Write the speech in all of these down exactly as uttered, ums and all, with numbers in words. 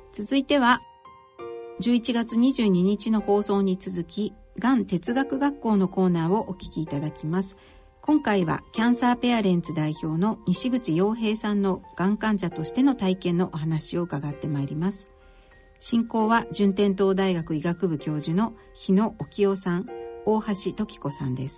続いてはじゅういちがつにじゅうににちの放送に続き、がん哲学学校のコーナーをお聞きいただきます。今回はキャンサーペアレンツ代表の西口洋平さんのがん患者としての体験のお話を伺ってまいります。進行は順天堂大学医学部教授の日野沖夫さん、大橋時子さんです。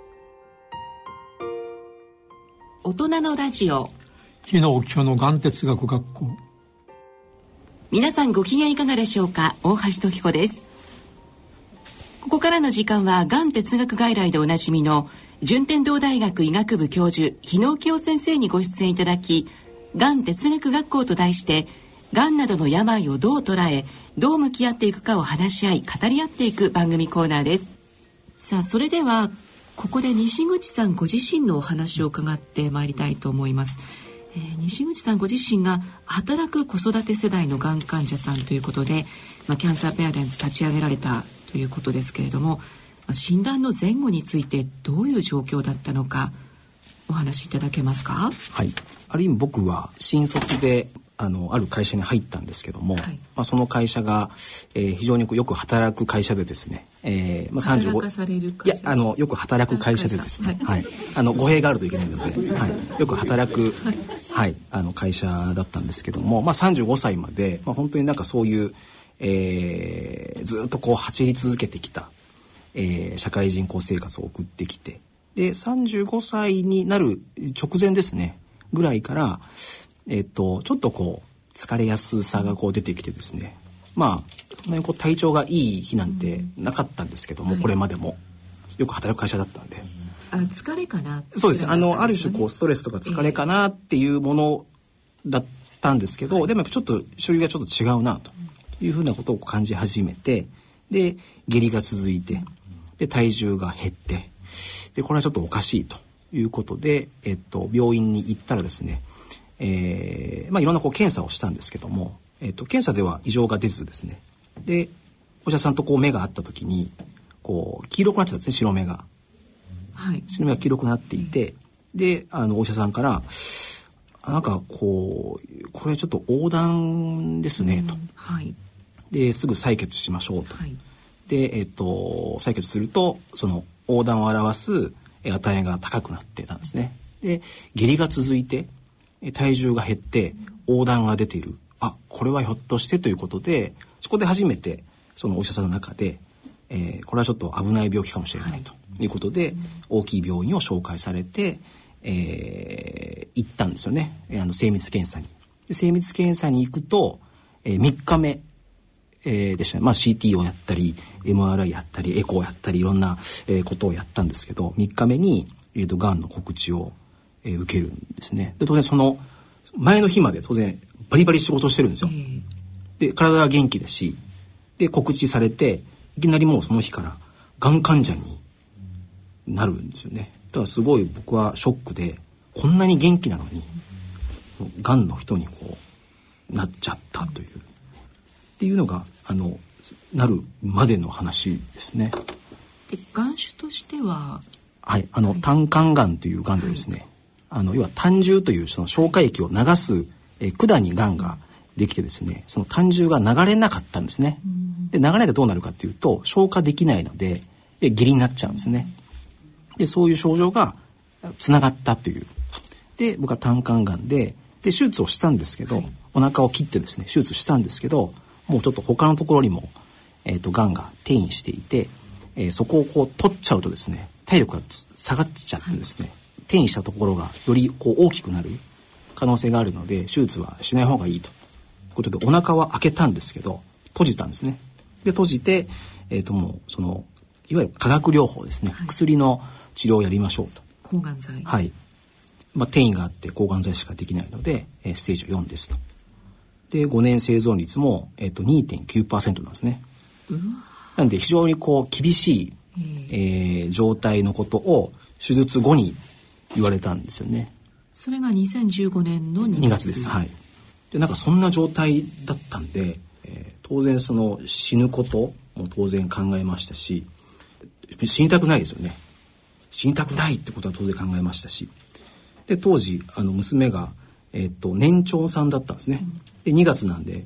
大人のラジオ、 日野沖夫のがん哲学学校。 皆さんご機嫌いかがでしょうか。大橋時子です。ここからの時間はがん哲学外来でおなじみの順天堂大学医学部教授日野沖夫先生にご出演いただき、がん哲学学校と題してがんなどの病をどう捉え、どう向き合っていくかを話し合い語り合っていく番組コーナーです。さあ、それではここで西口さんご自身のお話を伺ってまいりたいと思います。えー、西口さんご自身が働く子育て世代のがん患者さんということで、まあ、キャンサーペアレンツ立ち上げられたということですけれども、まあ、診断の前後についてどういう状況だったのかお話しいただけますか。 はい、ある意味僕は新卒であのある会社に入ったんですけども、はい、まあ、その会社が、えー、非常によく働く会社でですね、えーまあ、さんじゅうご働かされる会社、 いやあのよく働く会社でですね、はいはい、あの語弊があるといけないので、はい、よく働く、はいはい、あの会社だったんですけども、まあ、さんじゅうごさいまで、まあ、本当になんかそういう、えー、ずっとこう走り続けてきた、えー、社会人生活を送ってきて、でさんじゅうごさいになる直前ですねぐらいからえっと、ちょっとこう疲れやすさがこう出てきてですね、まあそんなにこう体調がいい日なんてなかったんですけども、うん、これまでもよく働く会社だったんで、 あ、疲れかな、 そうです、あのある種こうストレスとか疲れかなっていうものだったんですけど、えー、でもやっぱちょっと種類がちょっと違うなというふうなことを感じ始めて、で下痢が続いて、で体重が減って、でこれはちょっとおかしいということで、えっと、病院に行ったらですね、えーまあ、いろんなこう検査をしたんですけども、えー、と検査では異常が出ずですね、でお医者さんとこう目が合った時にこう黄色くなってたんですね、白目が、はい、白目が黄色くなっていて、であのお医者さんからなんかこうこれちょっと横断ですねと、はい、ですぐ採血しましょうと、はい、で、えー、と採血するとその横断を表す値が高くなってたんですね。で下痢が続いて体重が減って横断が出ている、あ、これはひょっとしてということで、そこで初めてそのお医者さんの中で、えー、これはちょっと危ない病気かもしれないということで、はい、大きい病院を紹介されて、えー、行ったんですよね、えー、あの精密検査に。で精密検査に行くと、えー、みっかめ、えー、でしたね、まあ、シーティー をやったり エムアールアイ やったりエコーやったりいろんな、えー、ことをやったんですけど、みっかめに、えーと、がんの告知をえー、受けるんですね。で当然その前の日まで当然バリバリ仕事してるんですよ。で体は元気だし、で告知されていきなりもうその日からがん患者になるんですよね。だからすごい僕はショックで、こんなに元気なのにがんの人にこうなっちゃったというっていうのがあのなるまでの話ですね。 でがん種としては、 はい、あの、はい、胆管がんというがんでですね、はい、あの要は胆汁というその消化液を流す、えー、管にがんができてですね、その胆汁が流れなかったんですね。で流れないとどうなるかというと消化できないので、で下痢になっちゃうんですね。でそういう症状がつながったという。で僕は胆管がんで、で手術をしたんですけど、はい、お腹を切ってですね手術したんですけど、もうちょっと他のところにも、えー、とがんが転移していて、えー、そこをこう取っちゃうとですね体力が下がっちゃってですね、はい、転移したところがよりこう大きくなる可能性があるので手術はしない方がいいということで、お腹は開けたんですけど閉じたんですね。で閉じて、えー、ともうそのいわゆる化学療法ですね、はい、薬の治療をやりましょうと。 抗がん剤、 はい、まあ、転移があって抗がん剤しかできないので、えー、ステージよんですと。でごねん生存率も、えー、と にてんきゅうパーセント なんですね。うわ、なんで非常にこう厳しい、えー、状態のことを手術後に言われたんですよね。 それがにせんじゅうごねんのにがつにがつです。はい。でなんかそんな状態だったんで、えー、当然その死ぬことも当然考えましたし、死にたくないですよね。死にたくないってことは当然考えましたし、で当時あの娘が、えー、と年長さんだったんですね。でにがつなんで、え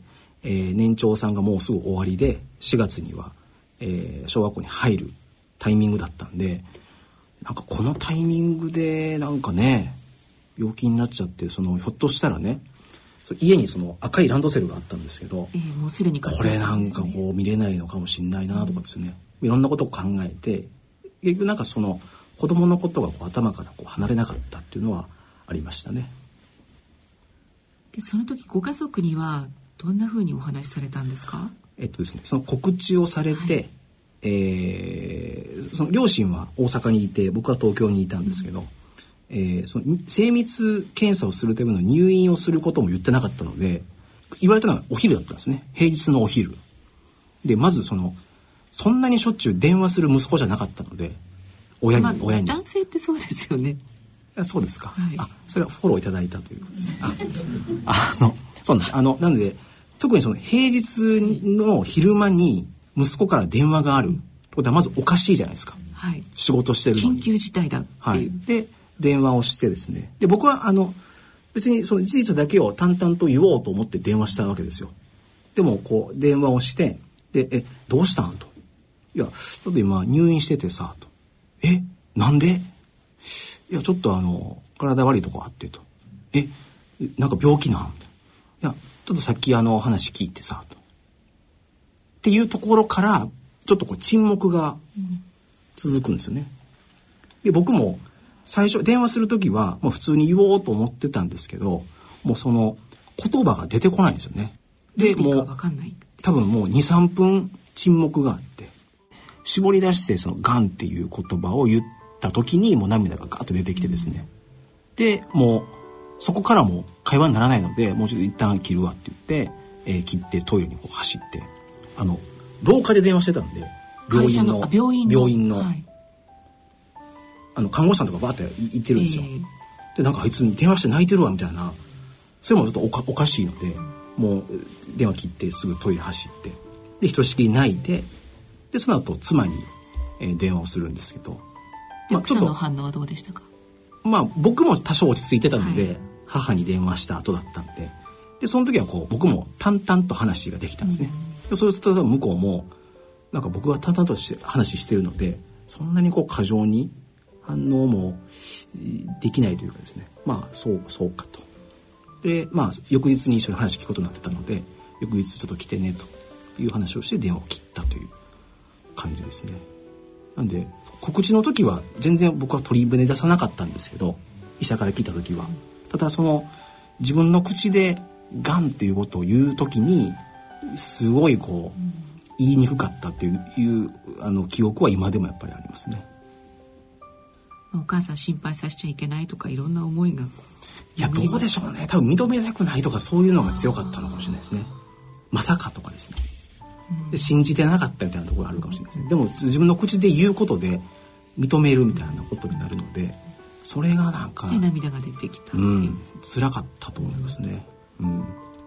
えー、年長さんがもうすぐ終わりでしがつには、えー、小学校に入るタイミングだったんで、なんかこのタイミングでなんかね病気になっちゃって、そのひょっとしたらね、家にその赤いランドセルがあったんですけど、 えー、もうすでにこれなんかこう見れないのかもしれないなとかですね、うん、いろんなことを考えて、結局なんかその子供のことがこう頭からこう離れなかったっていうのはありましたね。 でその時ご家族にはどんなふうにお話しされたんですか？ えっとですね、その告知をされて、はい、えー、その両親は大阪にいて僕は東京にいたんですけど、うん、えー、その精密検査をするための入院をすることも言ってなかったので、言われたのはお昼だったんですね。平日のお昼で、まずそのそんなにしょっちゅう電話する息子じゃなかったので、親に、まあ、親に男性ってそうですよね。 そうですか、 はい、 あ、それはフォローいただいたということです。ああのそうなんです。あのなので特にその平日の昼間に息子から電話があることはまずおかしいじゃないですか、 はい、 仕事してるのに緊急事態だっていう、 はい、で電話をしてですね、で僕はあの別にその事実だけを淡々と言おうと思って電話したわけですよ。でもこう電話をしてで、えどうしたんと、いやちょっと今入院しててさと、えなんで、いやちょっとあの体悪いとこあってと、えなんか病気なん、いやちょっとさっきあの話聞いてさとっていうところからちょっとこう沈黙が続くんですよね。で僕も最初電話する時はもう普通に言おうと思ってたんですけど、もうその言葉が出てこないんですよね。でもう多分もう にさんぷん沈黙があって、絞り出してそのがんっていう言葉を言った時にもう涙がガーッと出てきてですね、でもうそこからもう会話にならないので、もうちょっと一旦切るわって言って、えー、切ってトイレにこう走って、あの廊下で電話してたんで、病院の病院の、 病院の、 はい、 あの看護師さんとかバーって言ってるんですよ、えー、 でなんかあいつに電話して泣いてるわみたいな、それもちょっとお か, おかしいので、もう電話切ってすぐトイレ走って、でひとしきり泣いて、でその後妻に、えー、電話をするんですけど、 まあ、奥さんの反応はどうでしたか？ まあ僕も多少落ち着いてたので、はい、母に電話した後だったんで、でその時はこう僕も淡々と話ができたんですね、うん、でそうすると向こうもなんか僕は淡々として話してるので、そんなにこう過剰に反応もできないというかですね、まあそうそうかと。でまあ翌日に一緒に話聞くことになってたので、翌日ちょっと来てねという話をして電話を切ったという感じですね。なんで告知の時は全然僕は取り船出さなかったんですけど、医者から聞いた時は、ただその自分の口でがんっていうことを言う時にすごいこう、うん、言いにくかったっていう、いうあの記憶は今でもやっぱりありますね。 お母さん心配させちゃいけないとかいろんな思いが、 いやどうでしょうね、多分認めたくないとかそういうのが強かったのかもしれないですね。まさかとかですね、で信じてなかったみたいなところがあるかもしれないですね。でも自分の口で言うことで認めるみたいなことになるので、それがなんか涙が出てきたっていう、 うん、辛かったと思いますね、うん、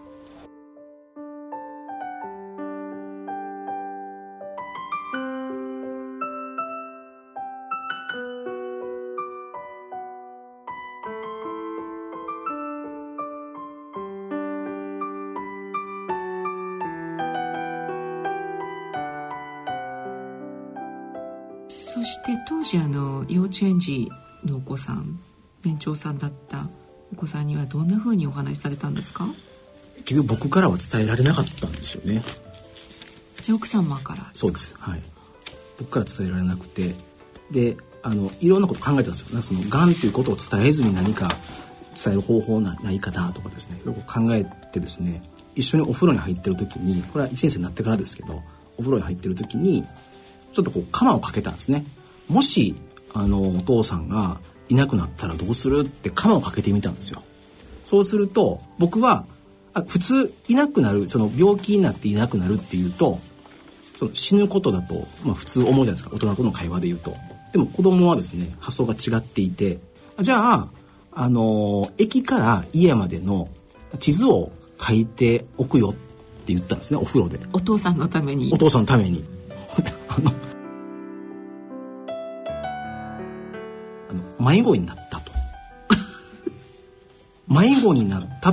そして当時あの幼稚園児のお子さん、年長さんだったお子さんにはどんなふうにお話しされたんですか？ 結局僕からは伝えられなかったんですよね。 じゃあ奥様から？ そうです、はい、僕から伝えられなくて、であのいろんなこと考えてたんですよ。なんかそのがんということを伝えずに何か伝える方法なないかなとかですね、よく考えてですね、一緒にお風呂に入ってる時に、これはいちねん生になってからですけど、お風呂に入ってる時にちょっとこう鎌をかけたんですね。もしあのお父さんがいなくなったらどうするって鎌をかけてみたんですよ。そうすると僕はあ普通いなくなる、その病気になっていなくなるっていうとその死ぬことだと、まあ、普通思うじゃないですか、大人との会話で言うと。でも子供はですね発想が違っていて、じゃあ、あの駅から家までの地図を書いておくよって言ったんですね、お風呂で。 お父さんのために。 お父さんのためにあのあの迷子になったと迷子になったと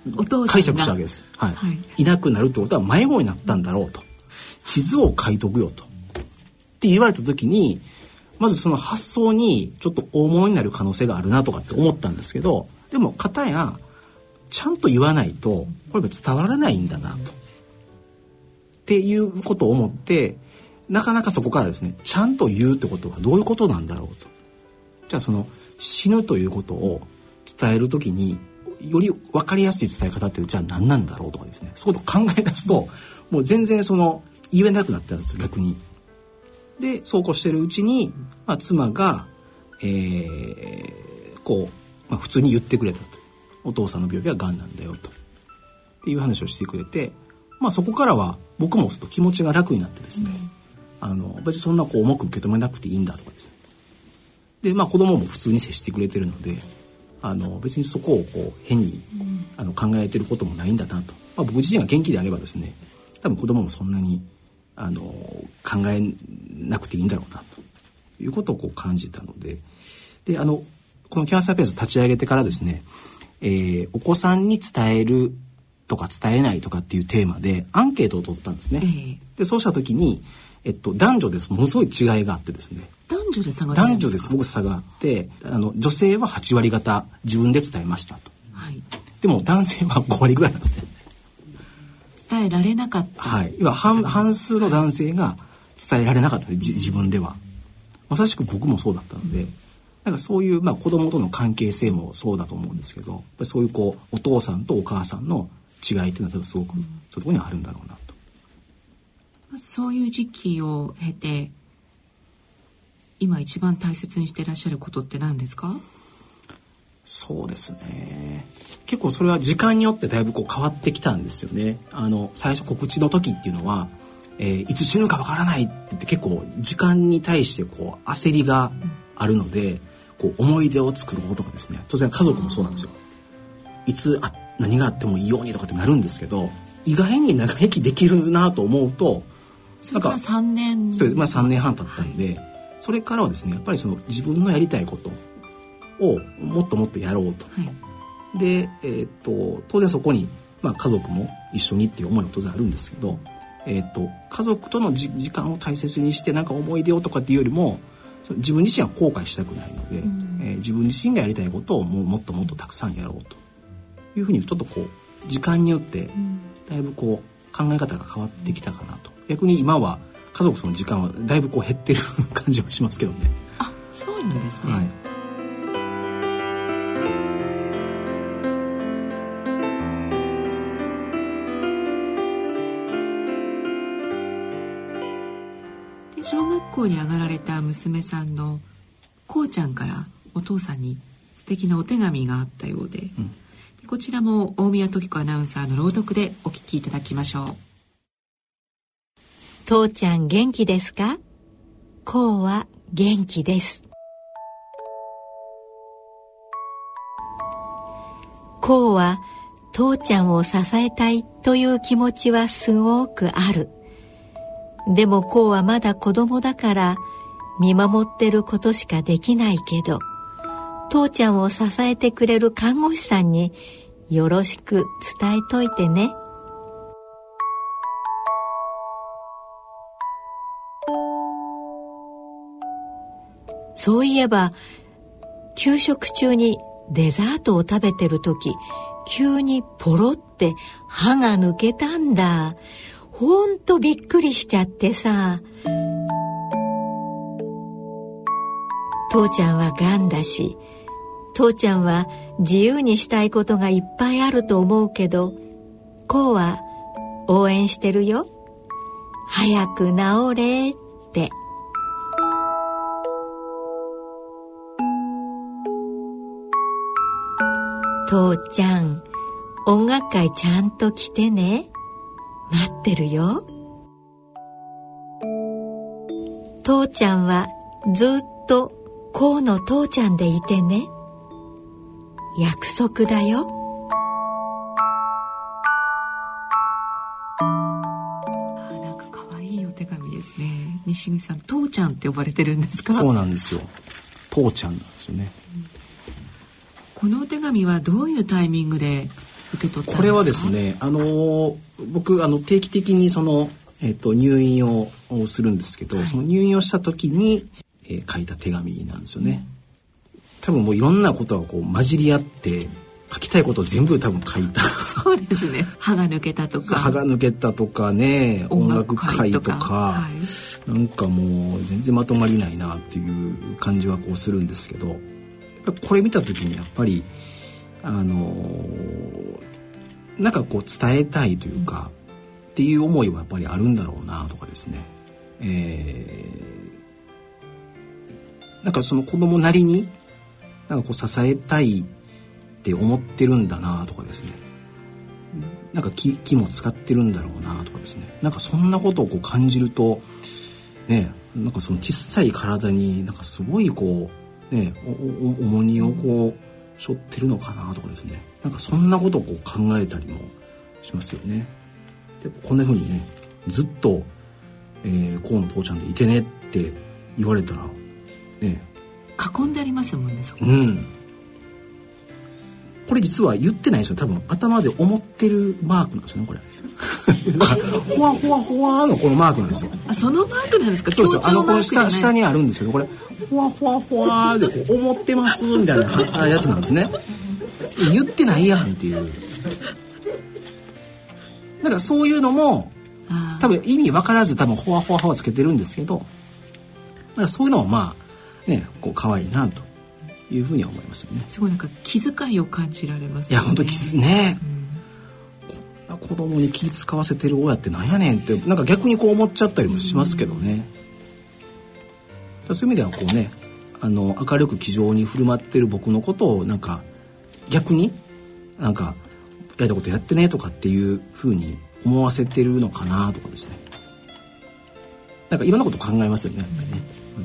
お父さんが解釈したわけです、はいはい、いなくなるってことは迷子になったんだろうと、地図を書いとくよとって言われた時に、まずその発想にちょっと大物になる可能性があるなとかって思ったんですけど、でも片やちゃんと言わないとこれは伝わらないんだなとっていうことを思って、なかなかそこからですね、ちゃんと言うってことはどういうことなんだろうと。じゃあその死ぬということを伝えるときにより分かりやすい伝え方ってじゃあ何なんだろうとかですね、そういうことを考え出すともう全然その言えなくなったんですよ、逆に。でそうこうしてるうちに、まあ、妻が、えー、こう、まあ、普通に言ってくれたと。お父さんの病気はがんなんだよとっていう話をしてくれて、まあ、そこからは僕もちょっと気持ちが楽になってですね、うん、あの別にそんなこう重く受け止めなくていいんだとかですね。で、まあ、子供も普通に接してくれてるので、あの別にそこをこう変に、うん、あの考えてることもないんだなと、まあ、僕自身が元気であればですね、多分子供もそんなにあの考えなくていいんだろうなということをこう感じたので、であのこのキャンサーペアレンツ立ち上げてからですね、えー、お子さんに伝えるとか伝えないとかっていうテーマでアンケートを取ったんですね、えー、でそうした時に、えっと、男女ですものすごい違いがあってですね、 男女で差があるんですか？ 男女ですごく差があって、あの女性ははち割方自分で伝えましたと、はい、でも男性はご割ぐらいなんですね。 伝えられなかった、 はい、今 半, 半数の男性が伝えられなかった、自分では。まさしく僕もそうだったので、なんかそういう、まあ、子供との関係性もそうだと思うんですけど、そういうこうお父さんとお母さんの違いっていうのはすごくそういうところにあるんだろうなと。 そういう時期を経て今一番大切にしていらっしゃることって何ですか？ そうですね、結構それは時間によってだいぶこう変わってきたんですよね。あの最初告知の時っていうのは、えー、いつ死ぬかわからないって言って結構時間に対してこう焦りがあるので、こう思い出を作ろうとかですね、当然家族もそうなんですよ。いつあ何があってもいいようにとかってなるんですけど、意外に長生きできるなと思うと、 それからさんねん、 そうです、まあ、さんねんはん経ったんで、はい、それからはですね、やっぱりその自分のやりたいことをもっともっとやろうと、はい、で、えー、っと当然そこに、まあ、家族も一緒にっていう思いも当然あるんですけど、えー、っと家族とのじ時間を大切にしてなんか思い出をとかっていうよりも、自分自身は後悔したくないので、うん、えー、自分自身がやりたいことをもうもっともっとたくさんやろうというふうにちょっとこう時間によってだいぶこう考え方が変わってきたかなと。逆に今は家族との時間はだいぶこう減ってる感じはしますけどね。 あ、そうなんですね、はい。で小学校に上がられた娘さんのこうちゃんからお父さんに素敵なお手紙があったようで、うん、でこちらも大宮時子アナウンサーの朗読でお聞きいただきましょう。 父ちゃん元気ですか？こうは元気です。こうは父ちゃんを支えたいという気持ちはすごくある。でもこうはまだ子供だから見守ってることしかできないけど、父ちゃんを支えてくれる看護師さんによろしく伝えといてね。そういえば給食中にデザートを食べてる時、急にポロって歯が抜けたんだ。ほんとびっくりしちゃってさ。父ちゃんはがんだし、父ちゃんは自由にしたいことがいっぱいあると思うけど、こうは応援してるよ。早く治れって。父ちゃん、音楽会ちゃんと来てね。待ってるよ。父ちゃんはずっとこうの父ちゃんでいてね。約束だよ。 あ、なんか可愛いお手紙ですね。西口さん、父ちゃんって呼ばれてるんですか？ そうなんですよ。父ちゃんなんですよね。 うん、このお手紙はどういうタイミングで受け取ったんですか？ これはですね、あの僕あの定期的にその、えー、と入院をするんですけど、はい、その入院をした時に、えー、書いた手紙なんですよね。うん、多分もういろんなことがこう混じり合って書きたいことを全部多分書いた。 そうですね。歯が抜けたとか。 歯が抜けたとかね、音楽会とか、とかはい、なんかもう全然まとまりないなっていう感じはこうするんですけど、これ見た時にやっぱりあのー、なんかこう伝えたいというか、うん、っていう思いはやっぱりあるんだろうなとかですね、えー、なんかその子供なりになんかこう支えたいって思ってるんだなとかですね、なんか 気, 気も使ってるんだろうなとかですね、なんかそんなことをこう感じるとね、なんかその小さい体になんかすごいこうね、おお重荷をこう背負ってるのかなとかですね、なんかそんなことをこう考えたりもしますよね。でこんな風にねずっと、えー、こうの父ちゃんでいてねって言われたらね、 囲んでありますもんね、そこ。 うん。これ実は言ってないですよ。多分頭で思ってるマークなんですよね、これ。ほわほわほわのこのマークなんですよ。 あ、そのマークなんですか。 そうですよ。あのこの下下にあるんですけど、これほわほわほわでこう思ってますみたいなやつなんですね。言ってないやんっていう。だからそういうのも多分意味分からず多分ほわほわほわつけてるんですけど、だからそういうのもまあね、こう可愛いなというふうには思いますよね。 すごいなんか気遣いを感じられますよね。いや本当気遣いね、うん、こんな子供に気使わせてる親ってなんやねんってなんか逆にこう思っちゃったりもしますけどね、うん、そういう意味ではこうね、あの明るく気丈に振る舞ってる僕のことをなんか逆になんかやりたことやってねとかっていうふうに思わせてるのかなとかですね、なんかいろんなこと考えますよね、やっぱりね、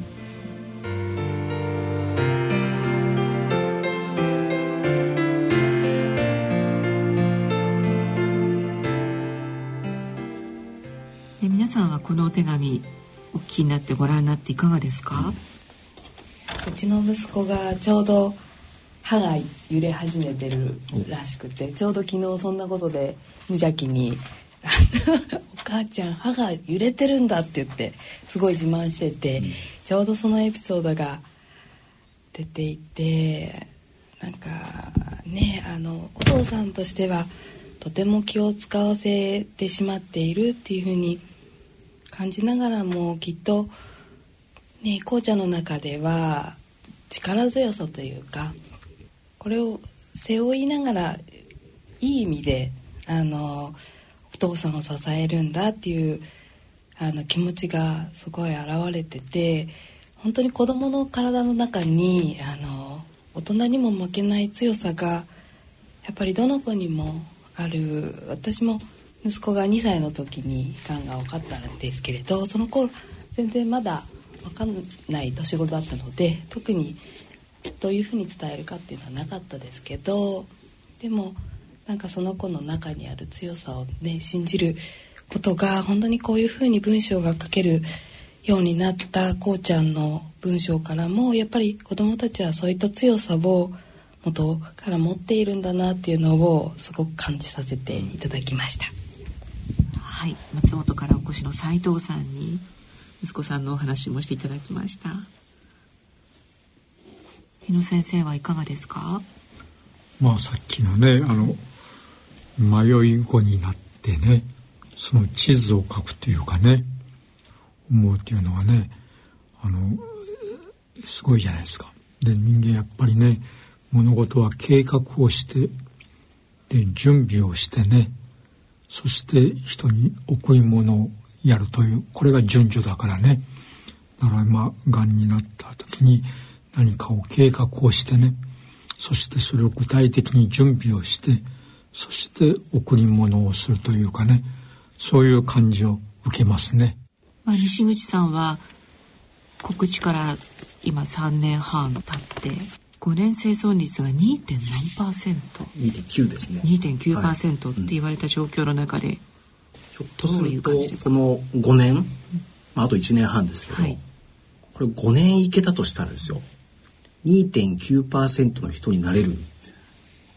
うん、皆さんはこのお手紙お聞きになってご覧になっていかがですか？ うちの息子がちょうど歯が揺れ始めてるらしくて、ちょうど昨日そんなことで無邪気にお母ちゃん歯が揺れてるんだって言ってすごい自慢してて、うん、ちょうどそのエピソードが出ていて、なんかね、あのお父さんとしてはとても気を使わせてしまっているっていうふうに感じながらも、きっとね、こうちゃんの中では力強さというか、これを背負いながらいい意味であのお父さんを支えるんだっていうあの気持ちがすごい現れてて、本当に子どもの体の中にあの大人にも負けない強さがやっぱりどの子にもある。私も息子がにさいの時にがんが分かったんですけれど、その頃全然まだ分かんない年頃だったので、特にどういうふうに伝えるかっていうのはなかったですけど、でもなんかその子の中にある強さをね信じることが、本当にこういうふうに文章が書けるようになったこうちゃんの文章からも、やっぱり子どもたちはそういった強さを元から持っているんだなっていうのをすごく感じさせていただきました。 はい、松本からお越しの斉藤さんに息子さんのお話もしていただきました。日野先生はいかがですか？ まあさっきのね、あの迷い子になってね、その地図を書くというかね、思うっていうのはね、あのすごいじゃないですか。で、人間やっぱりね、物事は計画をして、で準備をしてね、そして人に贈り物をやるという、これが順序だからね。だからまあがんになった時に何かを計画をしてね、そしてそれを具体的に準備をして、そして贈り物をするというかね、そういう感じを受けますね。 まあ、西口さんは告知から今さんねんはん経ってごねん生存率が にてん 何パーセントにてんきゅう ですね。 にてんきゅうパーセント って言われた状況の中で、はい、 ひょっとするとこのごねん、まあ、あといちねんはんですけど、はい、これごねんいけたとしたらですよ、 にてんきゅうパーセント の人になれる、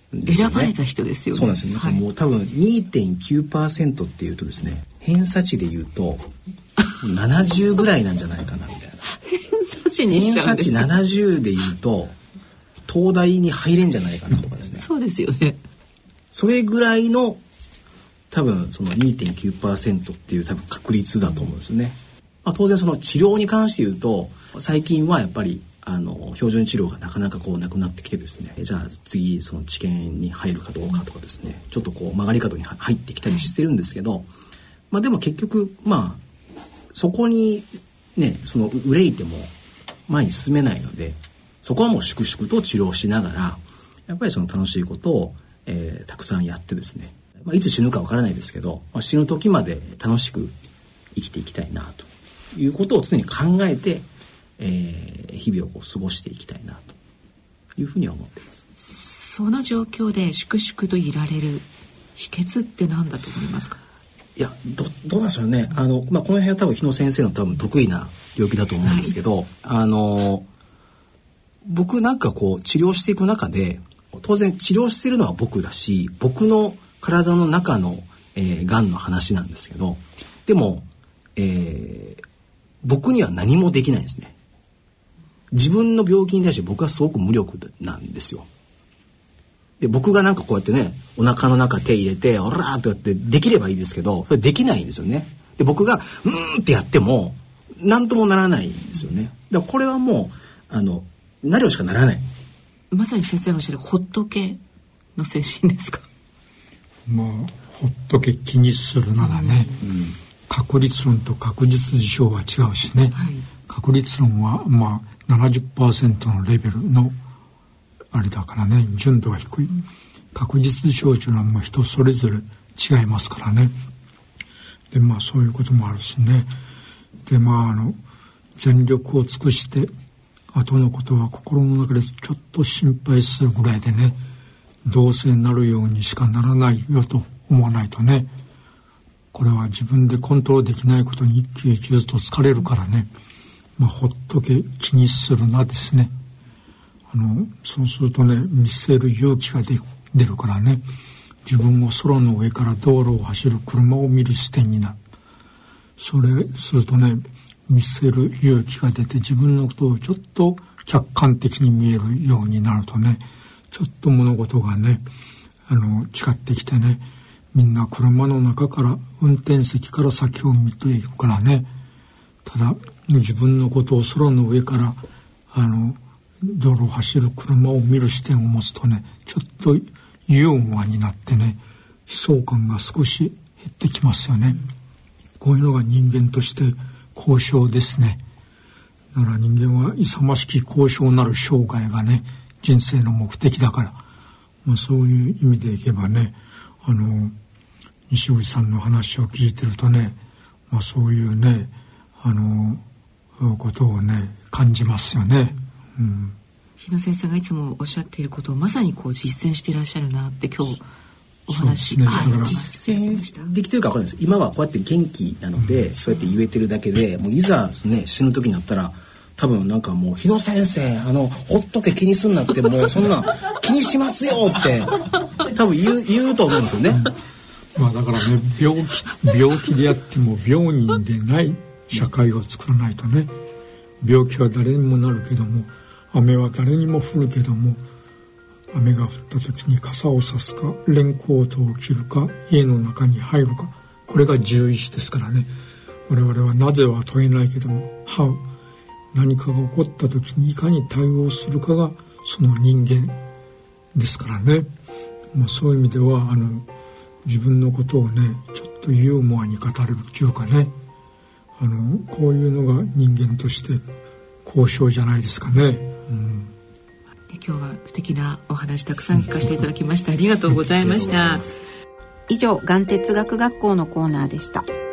ですよね。 選ばれた人ですよね。 そうなんですよね、はい、もう多分 にてんきゅうパーセント っていうとですね、偏差値でいうとななじゅうぐらいなんじゃないかなみたいな偏差値にしちゃうんです、ね、 偏差値ななじゅうでいうと東大に入れんじゃないかなとかですねそうですよね。 それぐらいの多分その にてんきゅうパーセント っていう多分確率だと思うんですよね。まあ、当然その治療に関して言うと最近はやっぱりあの標準治療がなかなかこうなくなってきてですね、じゃあ次その治験に入るかどうかとかですね、ちょっとこう曲がり角に入ってきたりしてるんですけど、まあでも結局まあそこにねその憂いても前に進めないので、そこはもう粛々と治療しながらやっぱりその楽しいことを、えー、たくさんやってですね、まあ、いつ死ぬかわからないですけど、まあ、死ぬ時まで楽しく生きていきたいなということを常に考えて、えー、日々をこう過ごしていきたいなというふうには思っています。 その状況で粛々といられる秘訣って何だと思いますか？ いや ど, どうなんでしょうね。あの、まあ、この辺は多分日野先生の多分得意な領域だと思うんですけど、はい、あの僕なんかこう治療していく中で当然治療してるのは僕だし、僕の体の中の、えー、がんの話なんですけど、でも、えー、僕には何もできないんですね。自分の病気に対して僕はすごく無力なんですよ。で僕がなんかこうやってねお腹の中手入れてオラーっとやってできればいいですけど、それできないんですよね。で僕がうーんってやっても何ともならないんですよね。だからこれはもうあのなるしかならない。 まさに先生のおっしゃるほっとけの精神ですか？ まあほっとけ気にするならね、うん、確率論と確実事象は違うしね、はい、確率論はまあ ななじゅっパーセント のレベルのあれだからね、純度が低い。確実事象というのはもう人それぞれ違いますからね。でまあそういうこともあるしね。でまああの全力を尽くして後のことは心の中でちょっと心配するぐらいでね、どうせなるようにしかならないよと思わないとね、これは自分でコントロールできないことに一喜一憂と疲れるからね、まあ、ほっとけ気にするなですね。あのそうするとね見せる勇気が出るからね、自分を空の上から道路を走る車を見る視点になる。それするとね見せる勇気が出て自分のことをちょっと客観的に見えるようになるとね、ちょっと物事がねあの違ってきてね、みんな車の中から運転席から先を見ていくからね、ただ自分のことを空の上からあの道路を走る車を見る視点を持つとね、ちょっとユーモアになってね悲壮感が少し減ってきますよね。こういうのが人間として高尚ですね。だから人間は勇ましき高尚なる生涯がね人生の目的だから、まあ、そういう意味でいけばね、あの西口さんの話を聞いてるとね、まあ、そういうねあのことをね感じますよね。うん、 日野先生がいつもおっしゃっていることをまさにこう実践していらっしゃるなって今日お話、 ね、だから実践できてるか分かんないです。今はこうやって元気なので、うん、そうやって言えてるだけで、もういざ、ね、死ぬ時になったら多分なんかもう日野先生あのほっとけ気にすんなってもうそんな気にしますよって多分言う、言うと思うんですよね。 まあだからね病気病気であっても病人でない社会を作らないとね、病気は誰にもなるけども雨は誰にも降るけども、雨が降った時に傘を差すかレンコートを着るか家の中に入るか、これが獣医師ですからね。我々はなぜは問えないけども How、 何かが起こった時にいかに対応するかがその人間ですからね。まあ、そういう意味ではあの自分のことをねちょっとユーモアに語れるっていうかね、あのこういうのが人間として高尚じゃないですかね。うん、 で今日は素敵なお話たくさん聞かせていただきました。ありがとうございました。 以上がん哲学学校のコーナーでした。